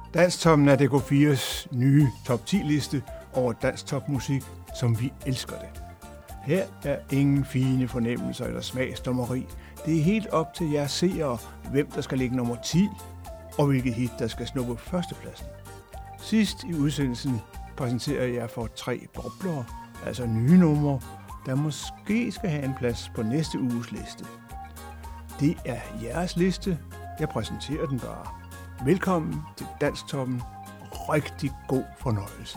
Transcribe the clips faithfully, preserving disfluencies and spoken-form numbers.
Dansktoppen er D K fires nye top ti liste over dansk topmusik, som vi elsker det. Her er ingen fine fornemmelser eller smagsdommeri. Det er helt op til jer seere, hvem der skal ligge nummer ti, og hvilket hit, der skal snuppe førstepladsen. Sidst i udsendelsen præsenterer jeg for tre bobler, altså nye numre, der måske skal have en plads på næste uges liste. Det er jeres liste. Jeg præsenterer den bare. Velkommen til Dansktoppen. Rigtig god fornøjelse.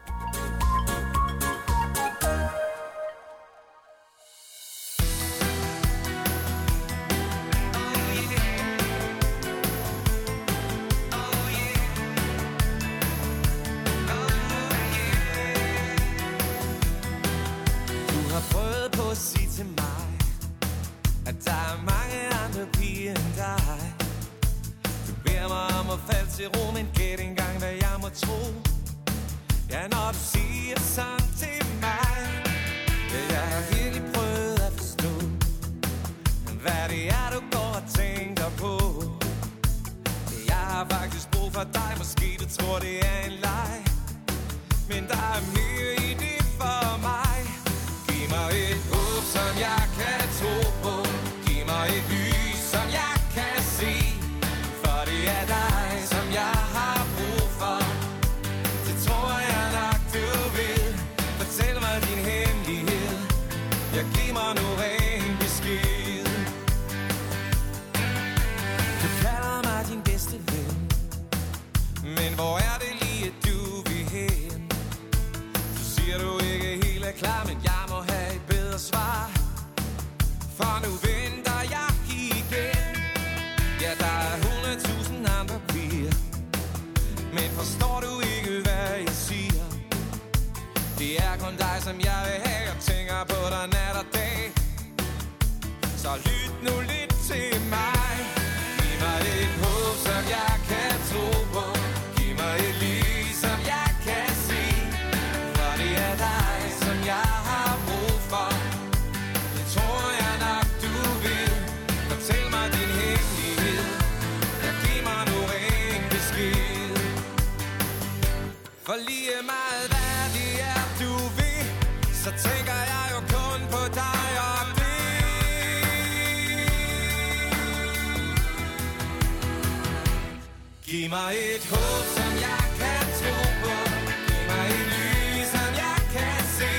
Giv mig et håb, som jeg kan tro på. Giv mig et lys, som jeg kan se.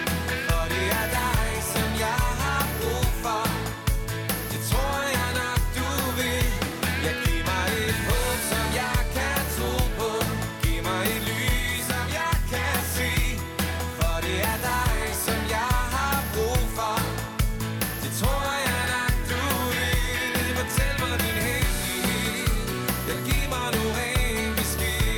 For det er dig, som jeg har brug for. Det tror jeg nok, du vil. Ja, giv mig et håb, som jeg kan tro på. Giv mig et lys, som jeg kan se. For det er dig, som jeg har brug for. Det tror jeg nok, du vil. Fortæl mig din hemmelighed. Ja, giv mig nu ren besked.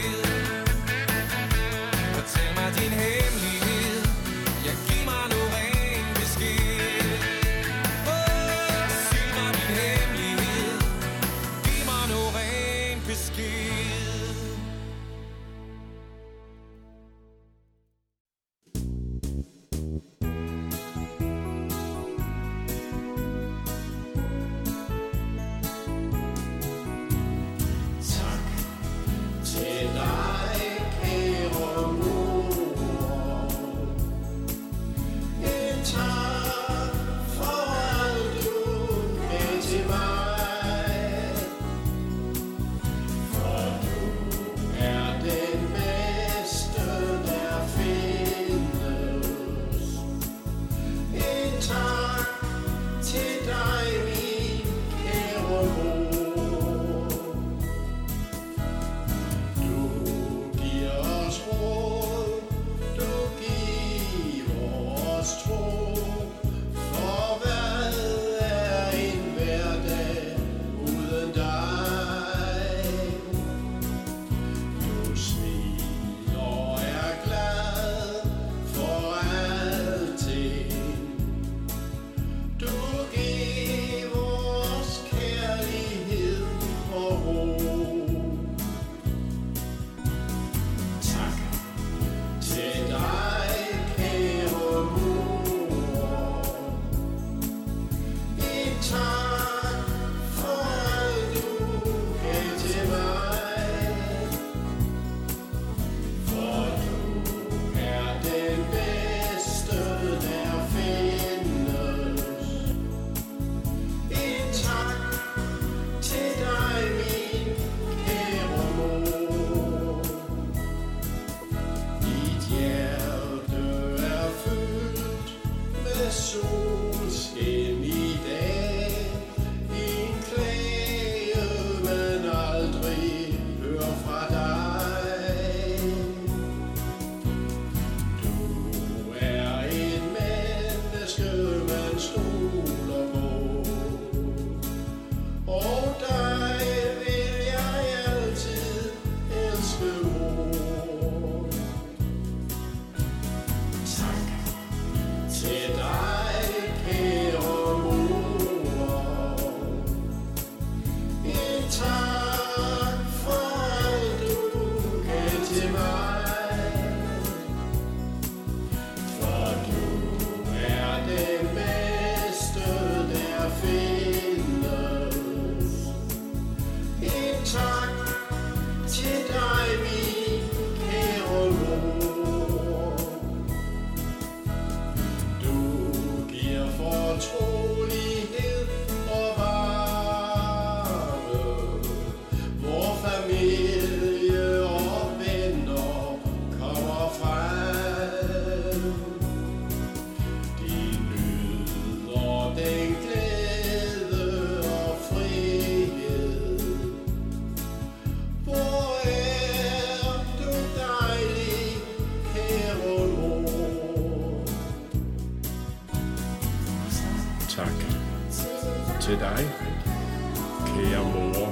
Til dig, kære mor.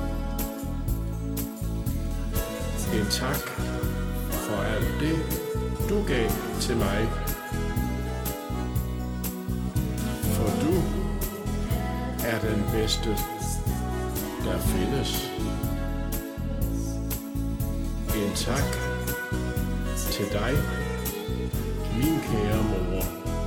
En tak for alt det, du gav til mig. For du er den bedste, der findes. En tak til dig, min kære mor.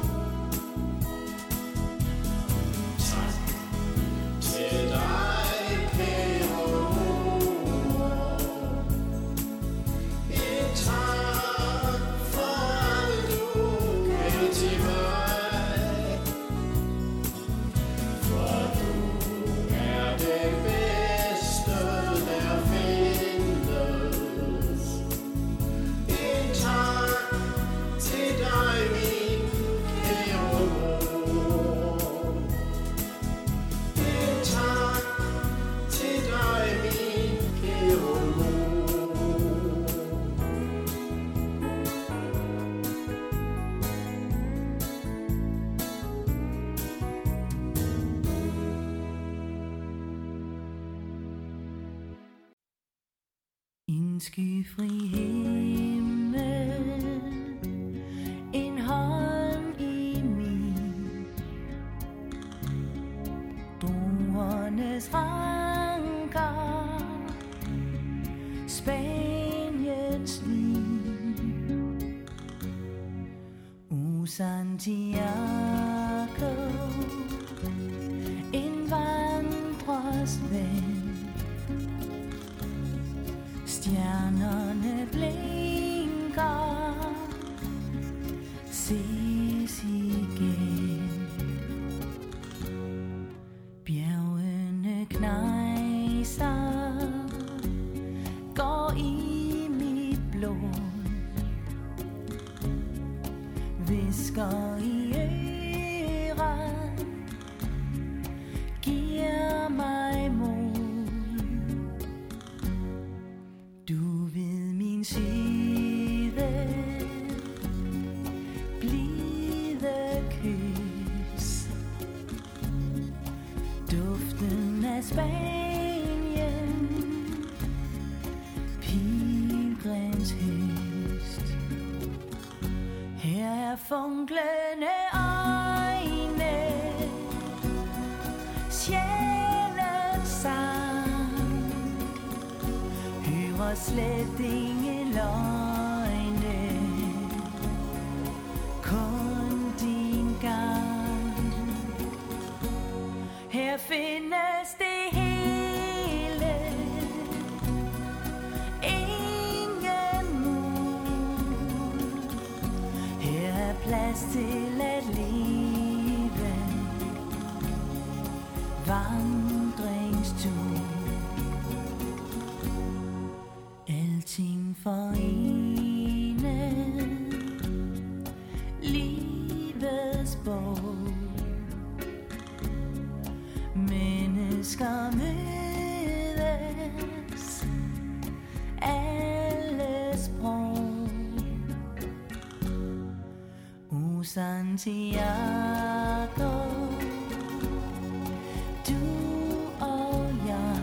En skyfri himmel, en hånd i min, druernes ranker, Spaniens vin, U Santiago, en vandrers ven. Stjernerne blinker, ses igen. Bjergene knejser, går i mit blod, visker i øret, giver mig mod. Du ved min side, blide kys, duften af Spanien, pilgrims høst. Her er funklende øjne, sjælens sang, hører slet ingen løgne, kun din gang. Her findes det hele, ingen mur. Her er plads til at leve, vandringstur. Alting forenet, livets bog. Mennesker mødes, alle sprog. O Santiago, du og jeg,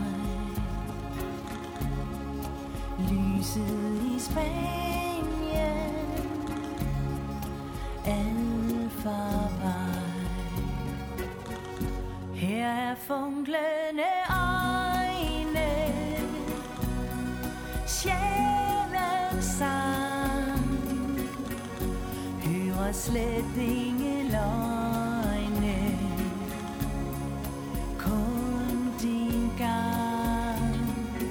lyset i Spanien, alfarvej. Her er funklende øjne, sjælens sang, hører slet ingen løgne, kun din gang.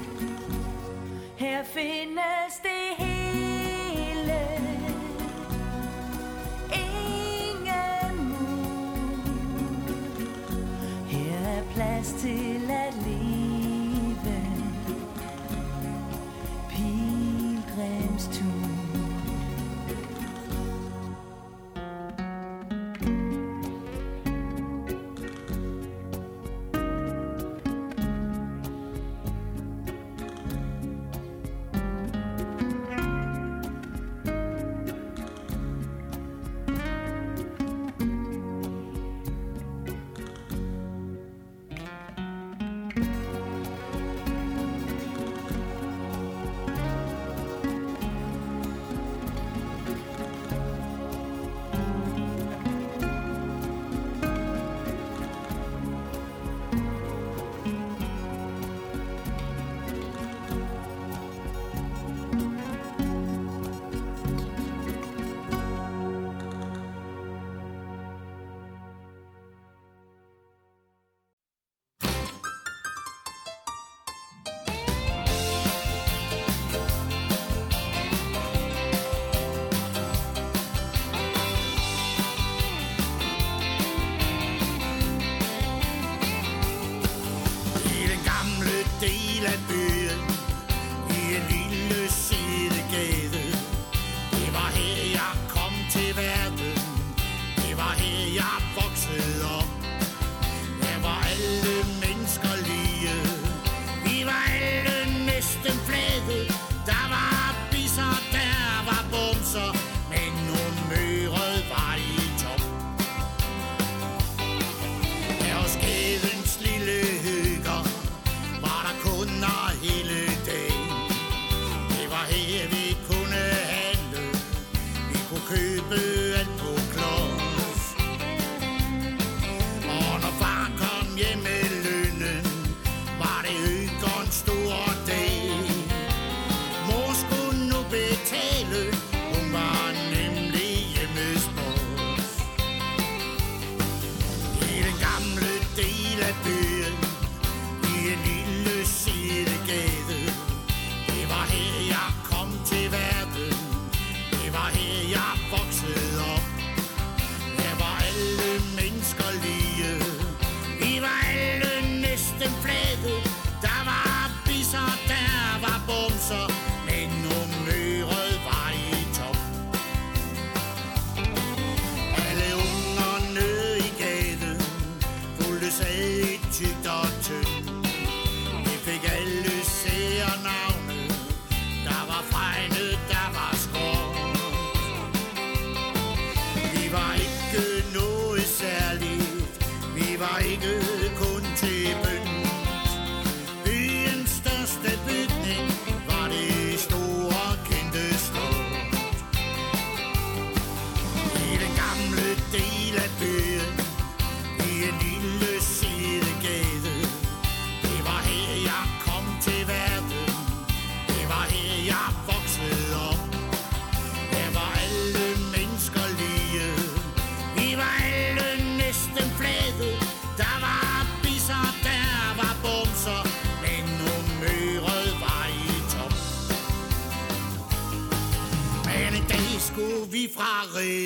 Her findes det hele, ingen mur. Her er plads til at leve, pilgrimstur.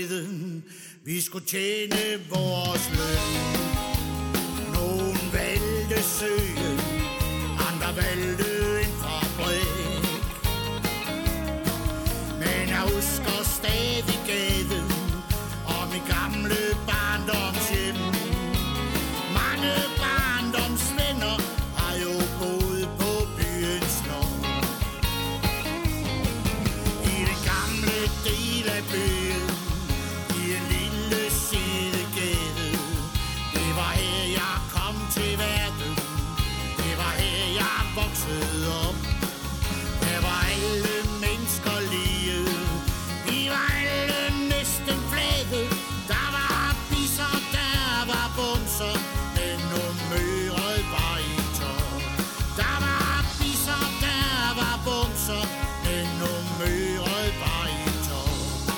Vi skulle tjene vores løn. Nogen valg valgte en fabrik. Men jeg husker stadig gaden og min gamle barndomshjem. Mange barndomsvenner har jo boet på byens lov. I den gamle del af byen, i en lille sidegade. Det var her jeg kom til verden, det var her jeg voksede op. Der var alle mennesker lige, vi var alle næsten flade. Der var bisser, der var bumser, men humøret var i top. Der var bisser, der var bumser, men humøret var i top.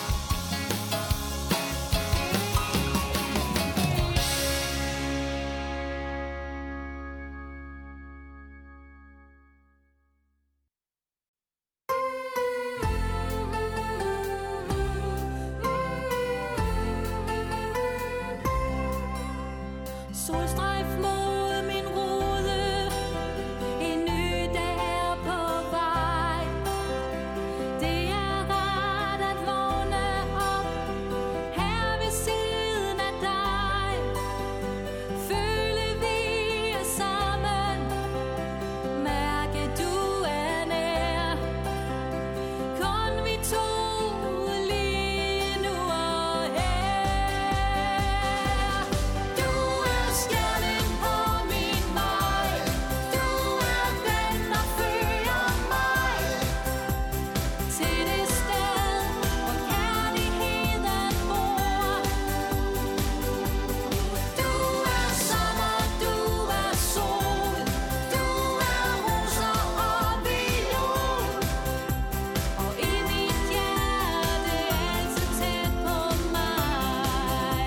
Solstrejf mod min rode, en ny dag er på vej. Det er rart at vågne op her ved siden af dig. Føle vi er sammen, mærke du er nær. Kun vi to lige nu og her. Du er stjernen på min vej. Du er den, der fører mig til det sted, hvor kærligheden bor. Du er sommer, du er sol, du er roser og violin, og i mit hjerte altid tæt på mig.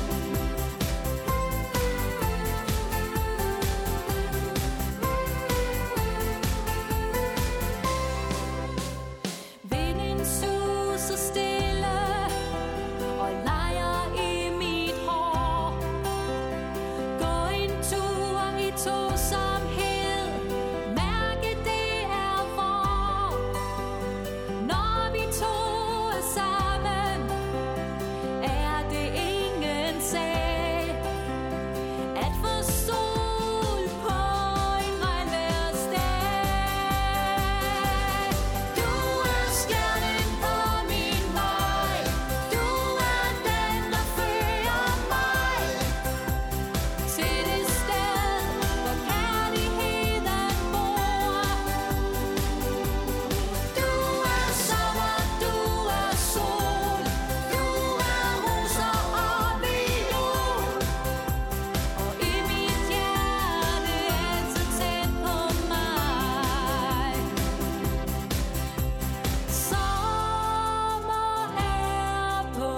Vinden suser stille og leger i mit hår. Gå en tur i tosomhed, mærke det er vor. Når vi to er sammen, er det ingen sag at få sol på en regnvejrsdag. Du er stjernen på min vej. Du er den, der fører mig til det sted, hvor kærligheden bor. Du er sommer, du er sol, du er roser og violin, og i mit hjerte altid tæt på mig. Sommer er på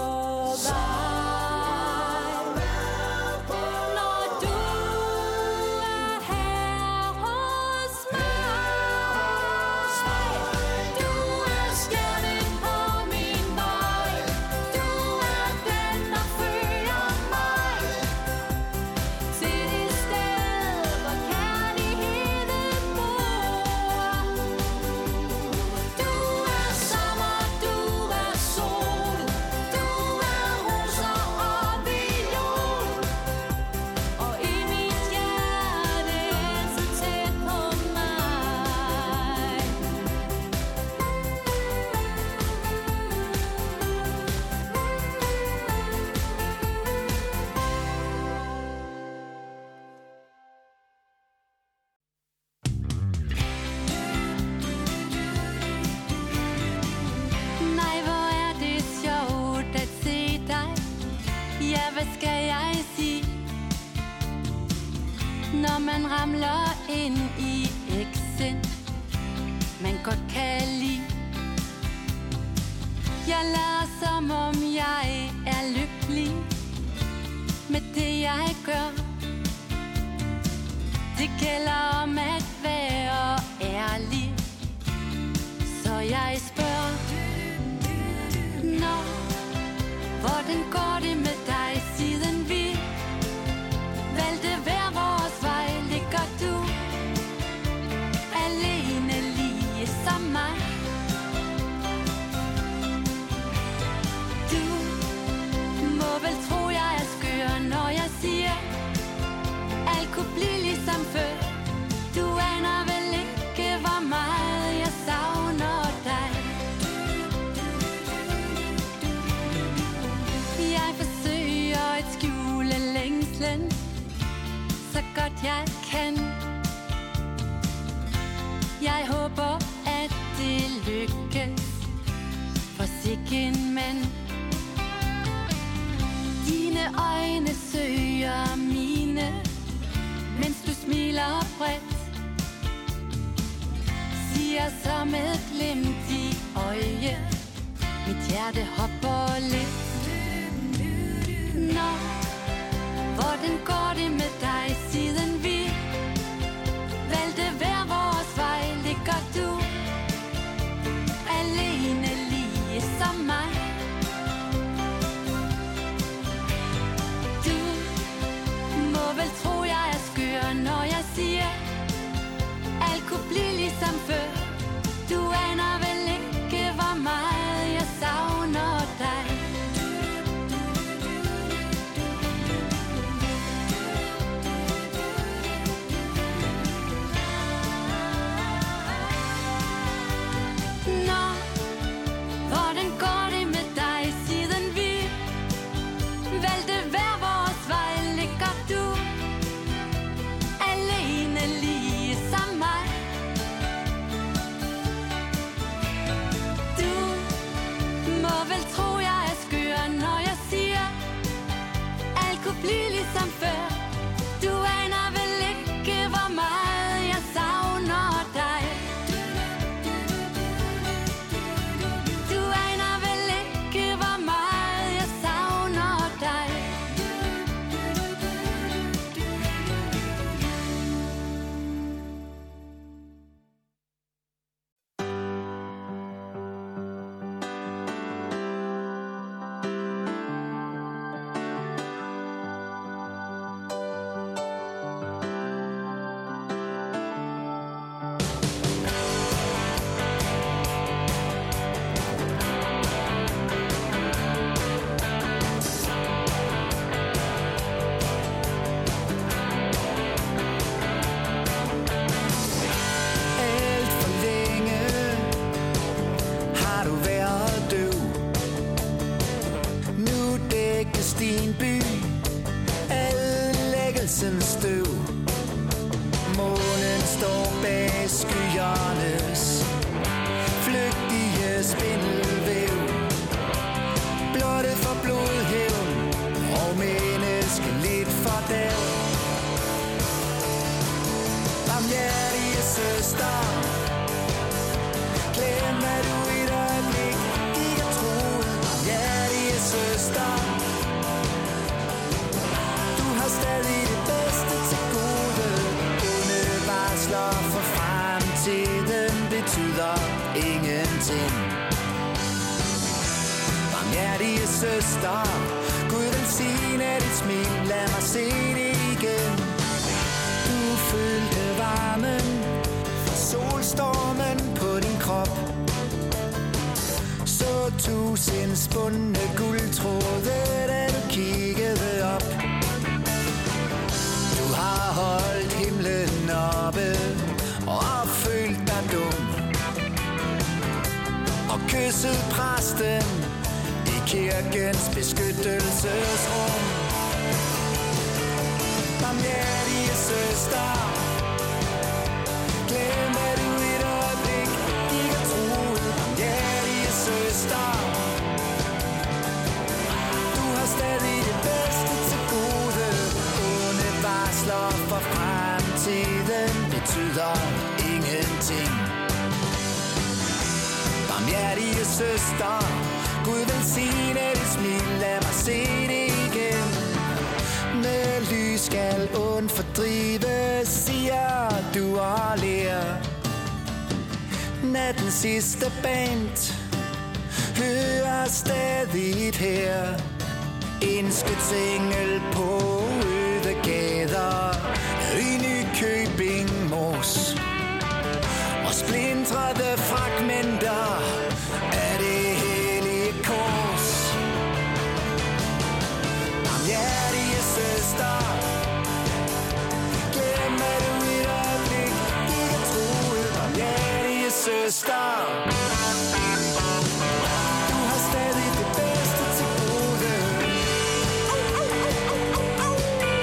vej. Når du er her hos mig. Du er stjernen på min vej. Du er den, der fører mig til det sted, hvor kærligheden bor. Du er sommer, du er sol, du er roser og violin, og i mit hjerte altid tæt på mig. Nej, hvor er det sjovt at se dig. Ja, hvad skal jeg sige? Når man ramler ind i eksen, man godt kan lide. Jeg lader som om jeg er lykkelig med det jeg gør. Det gælder om at være ærlig, så jeg spørger: Nå, hvordan går det med dig, siden vi valgte hver vores vej? Ligger du ikke en mand. Dine øjne søger mine, mens du smiler bredt. Siger så med et glimt i øje, mit hjerte hopper lidt. Nå, hvordan går det med dig, siden vi valgte hver vores vej? Ligger du alene lige som mig? Du må vel tro, jeg er skør, når jeg siger, alt kunne blive ligesom før. Du aner vel ikke, hvor meget jeg savner dig. Nå, hvordan går det med dig, siden vi valgte hver vores vej? Ligger du alene lige som mig? Du må vel tro, jeg er skør, når jeg siger, alt kunne blive ligesom før. Du aner vel ikke, hvor meget jeg savner dig. Du aner vel ikke, hvor meget jeg savner dig. Alt for længe har du været døv. Nu dækkes din by af ødelæggelsens støv. Månen står bag skyernes flygtige spindelvæv. Blottet for blodhævn og menneskeligt fordæv. Barmhjertige søster, glem at du et øjeblik gik og troede. Barmhjertige søster, du har stadig det bedste til gode. Onde varsler for fremtiden betyder ingenting. Barmhjertige søster, Gud velsigne dit smil, lad mig se det igen. Du følte varmen fra solstormen på din krop. Så tusind spundne guldtråde, da du kiggede op. Du har holdt himlen oppe og følt dig dum. Og kysset præsten i kirkens beskyttelsesrum. Barmhjertige søster, glem at du et øjeblik gik og troede. Barmhjertige søster, du har stadig det bedste til gode. Onde varsler for fremtiden betyder ingenting. Barmhjertige søster, Gud velsigne dit smil, lad mig se det igen. Med lys skal ond fordrive, siger du og ler. Nattens sidste band hører stadig her. En skytsengel på øde gader i Nykøbing Mors. Og splintrede fragmenter af det hellige kors. Barmhjertige søster, glem at du et øjeblik gik og troede. Barmhjertige søster, du har stadig det bedste til gode.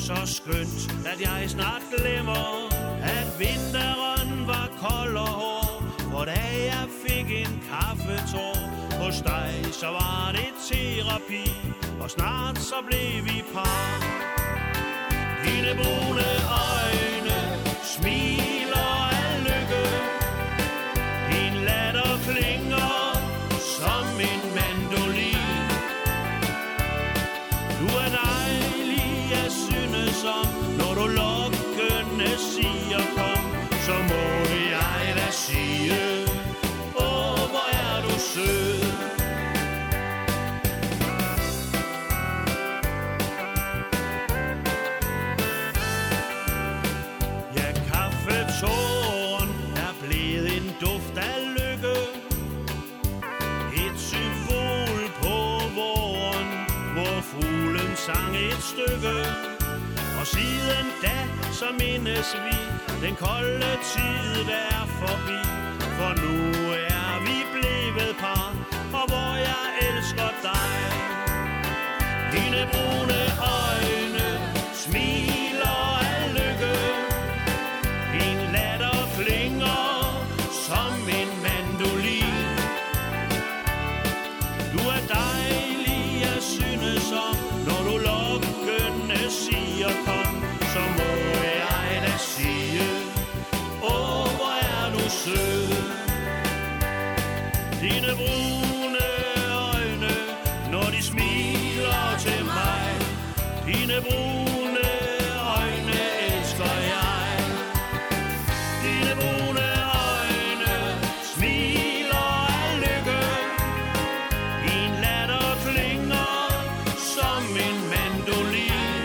så skønt, at jeg snart glemmer, at vinteren var kold og hård. For da jeg fik en kaffetår hos dig, så var det terapi, og snart så blev vi par. Dine brune øjne smiler af lykke, din latter klinger som en mandolin. Du er dejlig, jeg synes om, når du lokkende siger kom, så må jeg da sige, åh, hvor er du sød. Ja, kaffetåren er blevet en duft af lykke, et symbol på våren, hvor fuglen sang et stykke. Og siden da, så mindes vi den kolde tid, der er forbi. For nu er vi blevet par, og hvor jeg elsker dig. Dine brune øjne smiler af lykke, din latter klinger som en mandolin. Du er dejlig, jeg synes om, når du lokkende siger kom, så må jeg da sige, åh, hvor er du sød. Dine brune øjne, når de smiler til mig, dine brune øjne elsker jeg. Dine brune øjne smiler af lykke, din latter klinger som en mandolin.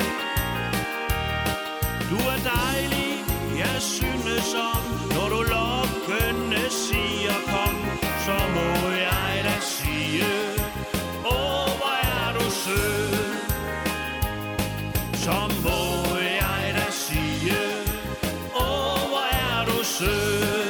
Du er dejlig, jeg synes om, når du lokkende siger kom, så må jeg da sige, åh, hvor er du sød. Så må jeg da sige, åh, hvor er du sød.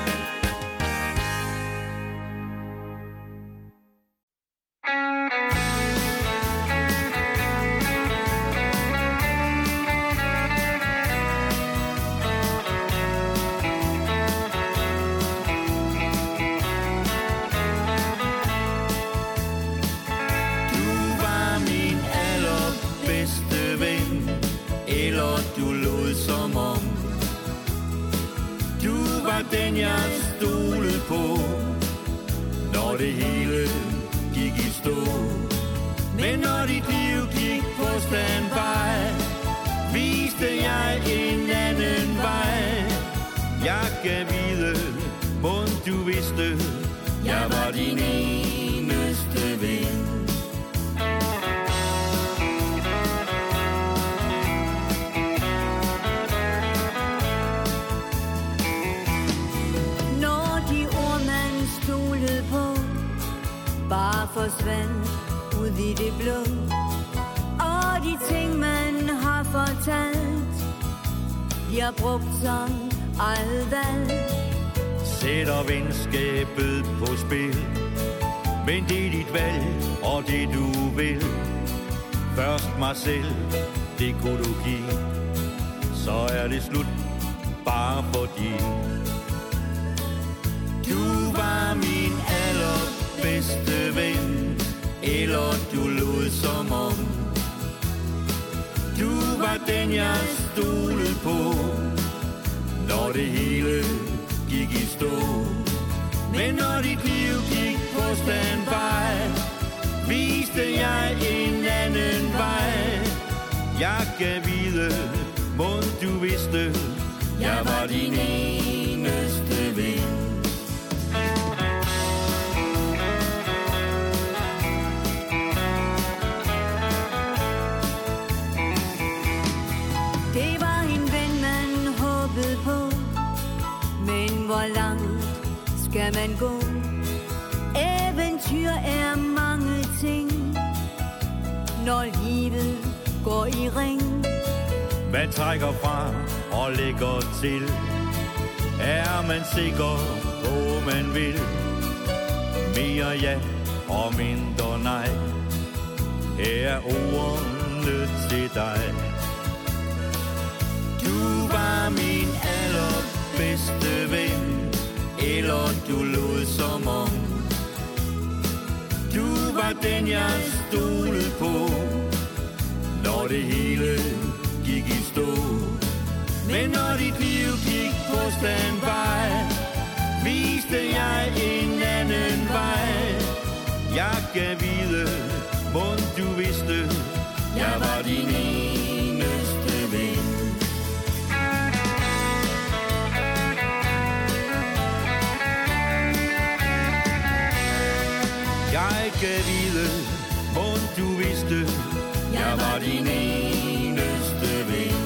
Den jeg stolede på, når det hele gik i stå. Men når dit liv gik på standby, viste jeg en anden vej. Jeg gav vide, mon du vidste, jeg var din eneste ven. Bare forsvandt ud i det blå, og de ting man har fortalt bliver brugt som eget valg. Sætter venskabet på spil, men det er dit valg og det du vil. Først mig selv, det kunne du give, så er det slut bare fordi du var min allerbedste ven, eller du lod som om du var den jeg stolede på, når det hele gik i stå. Men når dit liv gik på standby, viste jeg en anden vej. Jeg gav vide, mon du vidste, jeg var din eneste ven. Det var en ven, man håbede på, men hvor langt skal man gå? Eventyr er mange ting, når livet går i ring. Man trækker fra og lægger til, er man sikker på man vil. Mere ja og mindre nej, her er ordene til dig. Du var min allerbedste ven, eller du lod som om. Du var den, jeg stolede på, når det hele gik i stå. Men når dit liv gik på standby, viste jeg en anden vej. Jeg gav vide, hvor du vidste, jeg var din eneste ven. Jeg gav vide, hvor du vidste, jeg var din eneste ven.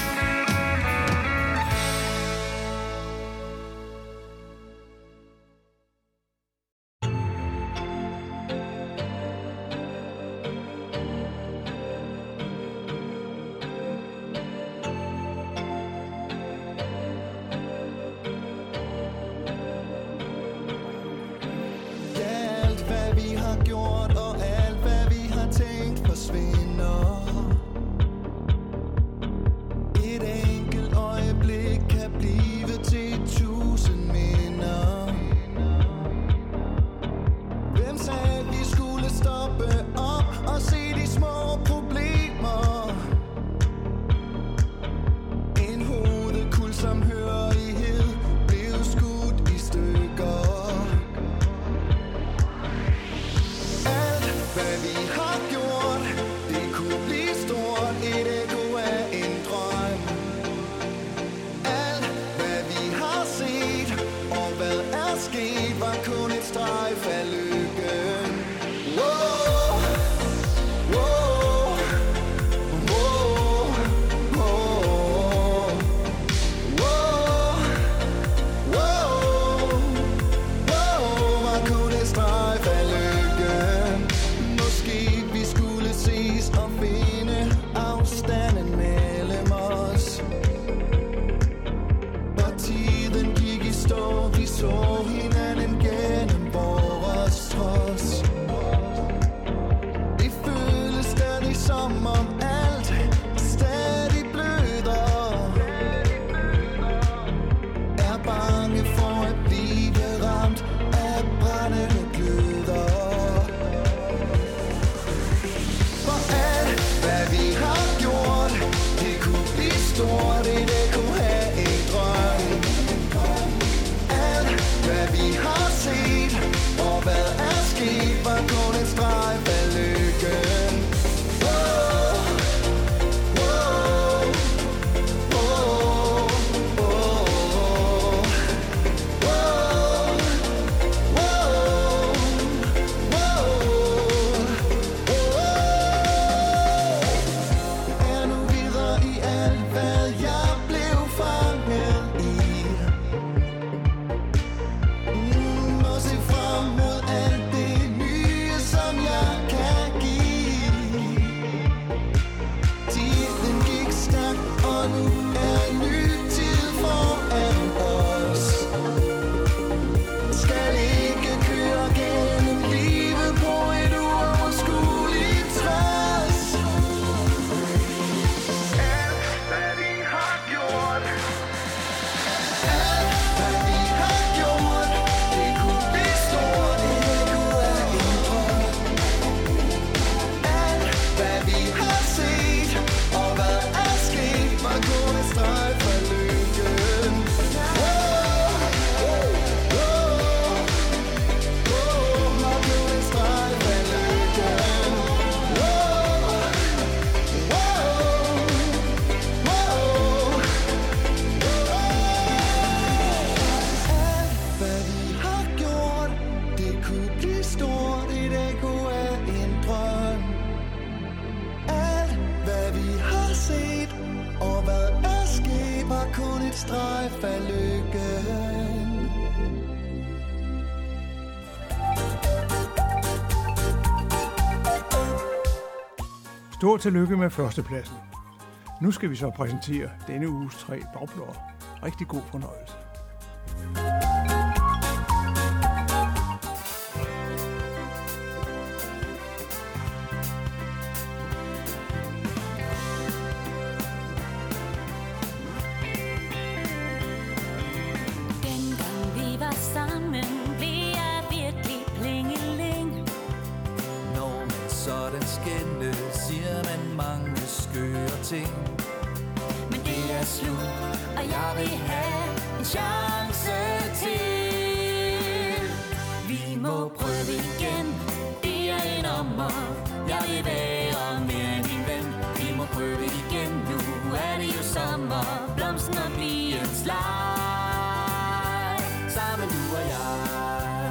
Stort tillykke med førstepladsen. Nu skal vi så præsentere denne uges tre bobler. Rigtig god fornøjelse. er slut, og jeg vil have en chance til. Vi må prøve igen, det er en om og jeg vil være mere end din ven. Vi må prøve igen, nu er det jo sommer, blomsten og bliens leg, sammen du og jeg.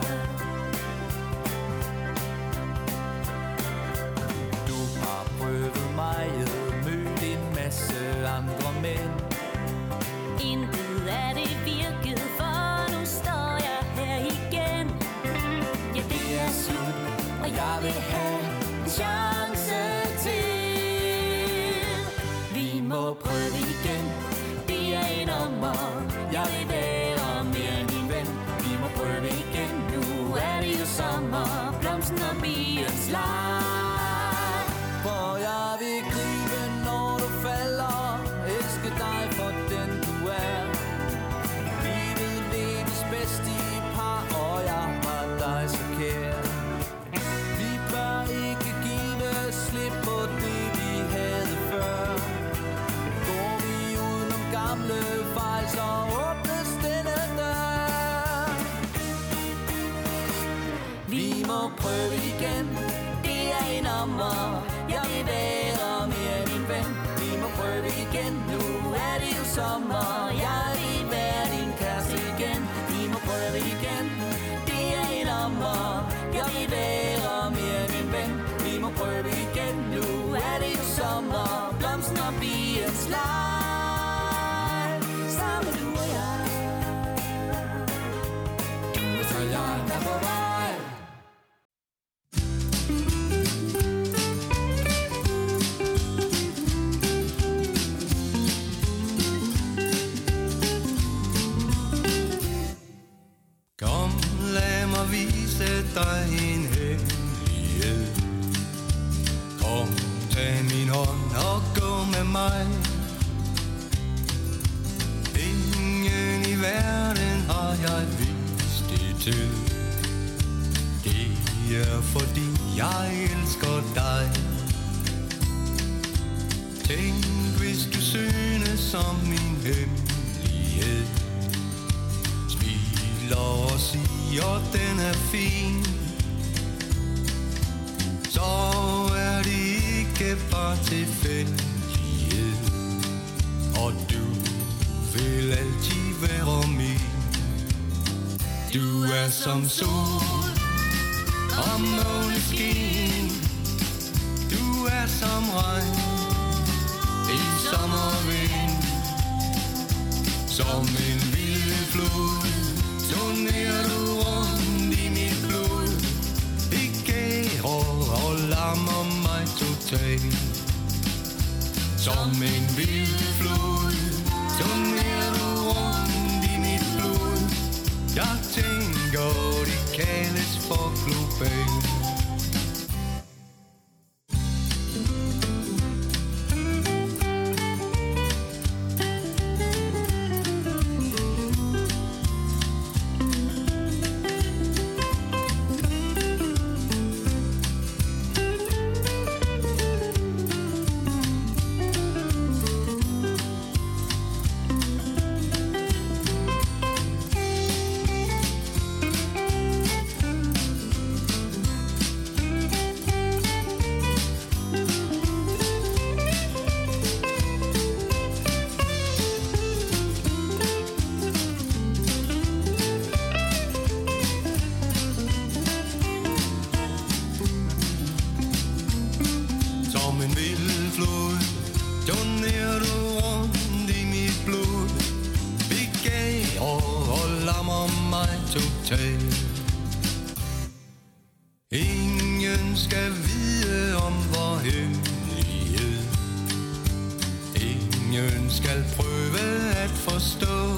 Du har prøvet meget, mødt en masse andre mænd. Intet er det virket, for nu står jeg her igen. Ja, det er slut, og jeg vil have en chance til. Vi må prøve igen, det er en om og jeg vil være mere end din ven. Vi må prøve igen, nu er det jo sommer, blomsten og biens leg. For jeg vil gribe, når du falder, elske dig for den du er. Livet leves bedst i par, og jeg har dig så kær. Vi bør ikke give slip på det vi havde før. Går vi udenom gamle fejl, så åbnes denne dør. Vi må prøve igen, det er en om og jeg vil være mere end din ven. Vi må prøve igen, nu er det jo sommer, jeg vil være din kæreste igen. Vi må prøve igen, det er en om og jeg vil være mere end din ven. Vi må prøve igen, nu er det jo sommer, blomsten og biens leg, sammen du og jeg. Du og så jeg er på vej. Kom, lad mig vise dig en hemmelighed. Kom, tag min hånd og gå med mig. Ingen i verden har jeg vist det til. Det er fordi jeg elsker dig. Tænk hvis du synes om min hemmelighed. Og siger den er fin, så er det ikke bare tilfældighed. Og du vil altid være min. Du er som sol og måneskin. Du er som regn i sommervind. Som en vild flod turnerer du rundt i mit blod. Begærer og lammer mig totalt. Som en vild flod turnerer du rundt i mit blod. Jeg tænker, det kaldes for globalt. Ingen skal vide om vor hemmelighed. Ingen skal prøve at forstå.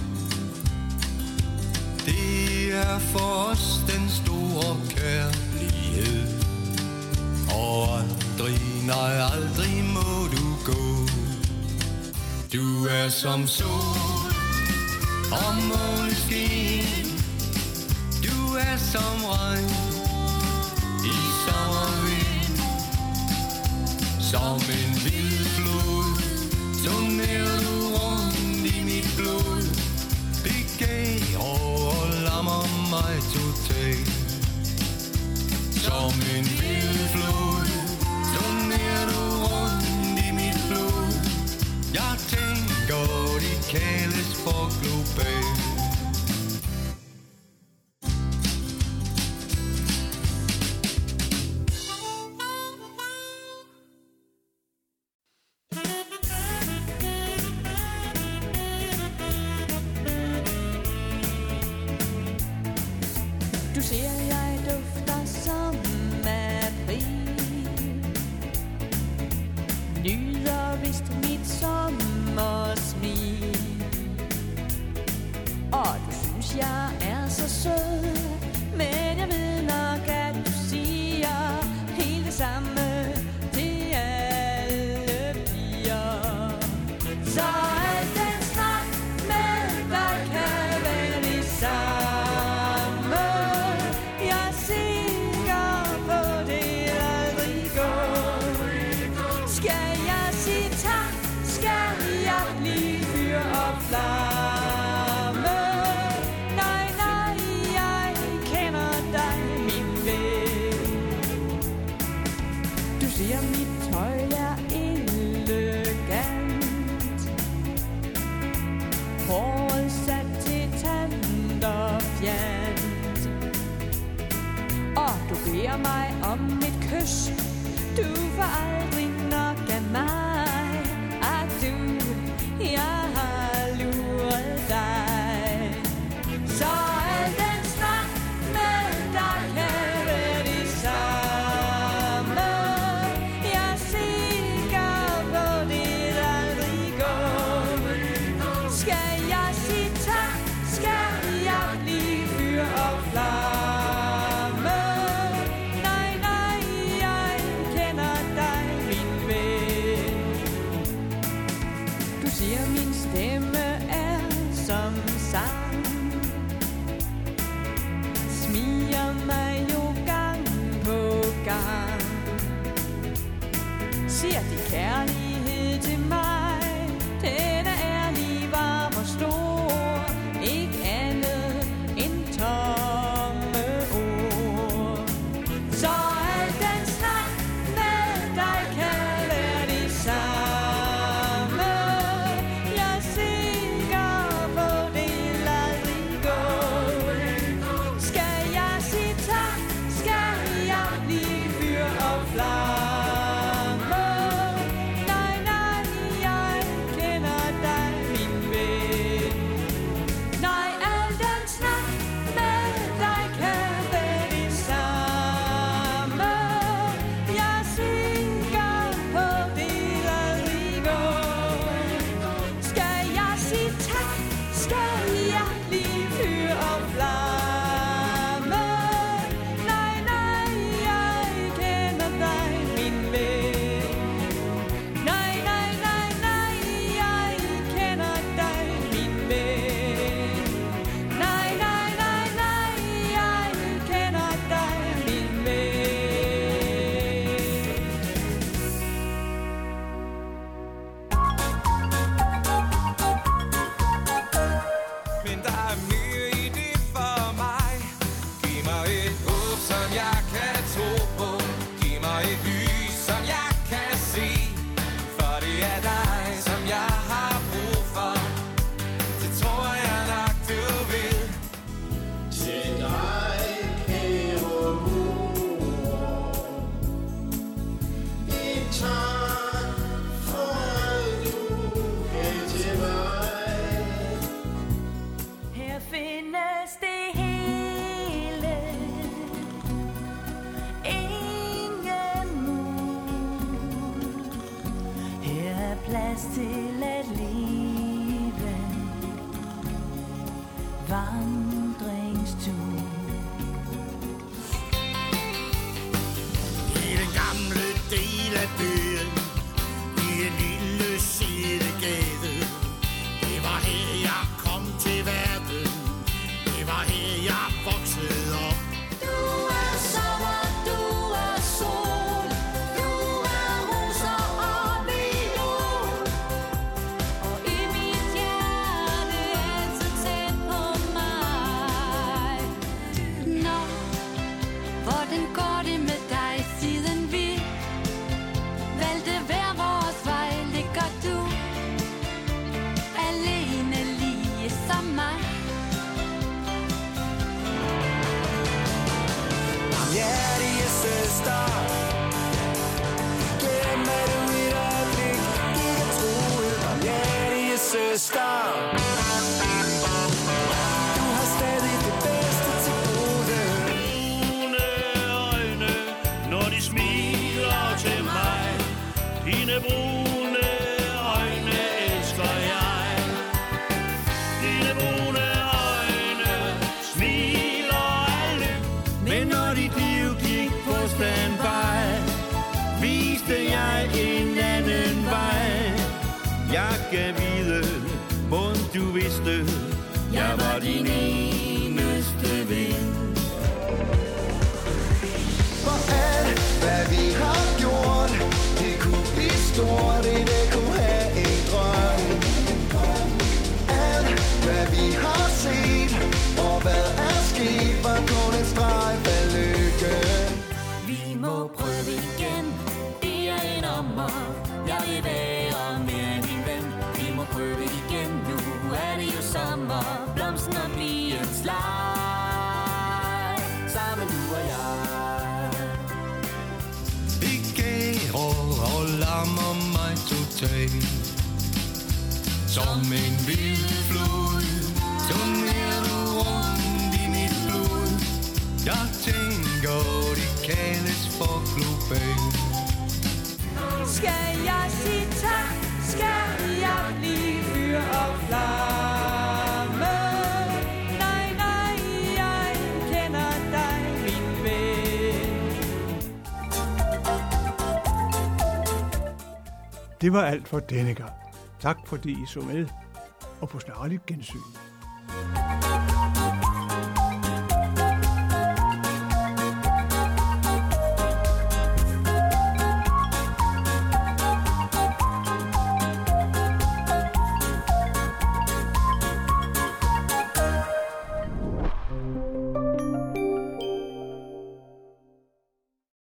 Det er for os den store kærlighed. Og aldrig, nej aldrig må du gå. Du er som sol og måneskin. Du er som regn i sommervind. Som en vild flod turnerer du rundt Som en vild flod turnerer du rundt i mit blod. Jeg tænker, de kaldes for global. Du ser, jeg dufter som april. Nyder vist mit sommersmil. Og du synes, jeg er så sød. Men jeg ved nok, at du siger helt det samme til alle piger. Så al den snak med dig kan være det samme. Jeg er sikker på, det aldrig går. Skal jeg sige tak? Skal jeg blive fyr og flamme? Nej, nej, jeg kender dig, min ven. Du siger, mit tøj er elegant. Håret sat til tand og fjant. Og du beder mig om et kys. Du får aldrig nok af mig. Og du, jeg har luret dig. Så al den snak med dig kan være det samme. Jeg er sikker på, det aldrig går. Skal jeg sige tak? Skal jeg blive fyr og flamme? Nej, nej, jeg kender dig, min ven. Du siger, min stemme er som sang. Smiger mig jo gang på gang. Siger din kærlighed til mig. Den er ærlig, varm og stor. Ikke andet end tomme ord. Så al den snak med dig kan være det samme. Jeg er sikker på, det aldrig går. Skal jeg sige tak? Skal jeg blive fyr og flamme? Nej, nej, jeg kender dig, min ven. Nej, al den snak med dig kan være det samme. Jeg er sikker på, det aldrig går. Skal jeg sige tak? Skal jeg blive fyr og flamme? Nej, nej, jeg kender dig, min ven. Nej, nej, nej, nej, jeg kender dig, min ven. Nej, nej, nej, nej, jeg kender dig, min ven. Men der er mere i det for mig. Giv mig et håb, som jeg kan tro på. Giv mig et lys, som jeg kan se. For det er dig, som jeg har brug for. Det tror jeg nok, du vil. Til dig, kære mor. En tak for alt du gav til mig. Her findes det hele. Ingen mur. Her er plads til at leve. Vandringstur. I den gamle del af byen, i en lille sidegade. Det var her jeg kom til verden. Det var her jeg voksede op. Du er sommer, du er sol. Du er roser og violon. Og i mit hjerte altid tæt på mig. søster. Du har stadig det bedste til gode. Brune øjne, når de smiler til mig. Dine brune øjne elsker jeg. Dine brune øjne smiler alle. Men når dit liv gik på standby, viste jeg en anden vej. Jeg kan vide, hvor du vidste, jeg var din eneste ven. For alt, hvad vi har gjort, det kunne blive stort, det kunne have en drøm. Alt, hvad vi har set, og hvad er sket, var kun en streg af lykke. Vi må prøve igen, det er en om mig. Jeg vil være mere end din ven. Vi må prøve igen, nu er det jo sommer. Blomsten og bliens leg, sammen du og jeg. Begærer og lammer mig totalt. Som en vild flod, turnerer du rundt i mit blod. Jeg tænker, det kaldes for globalt. Skal jeg sige tak? Skal jeg blive fyr og flamme? Nej, nej, jeg kender dig, min ven. Det var alt for denne gang. Tak fordi I så med, og på snarligt gensyn.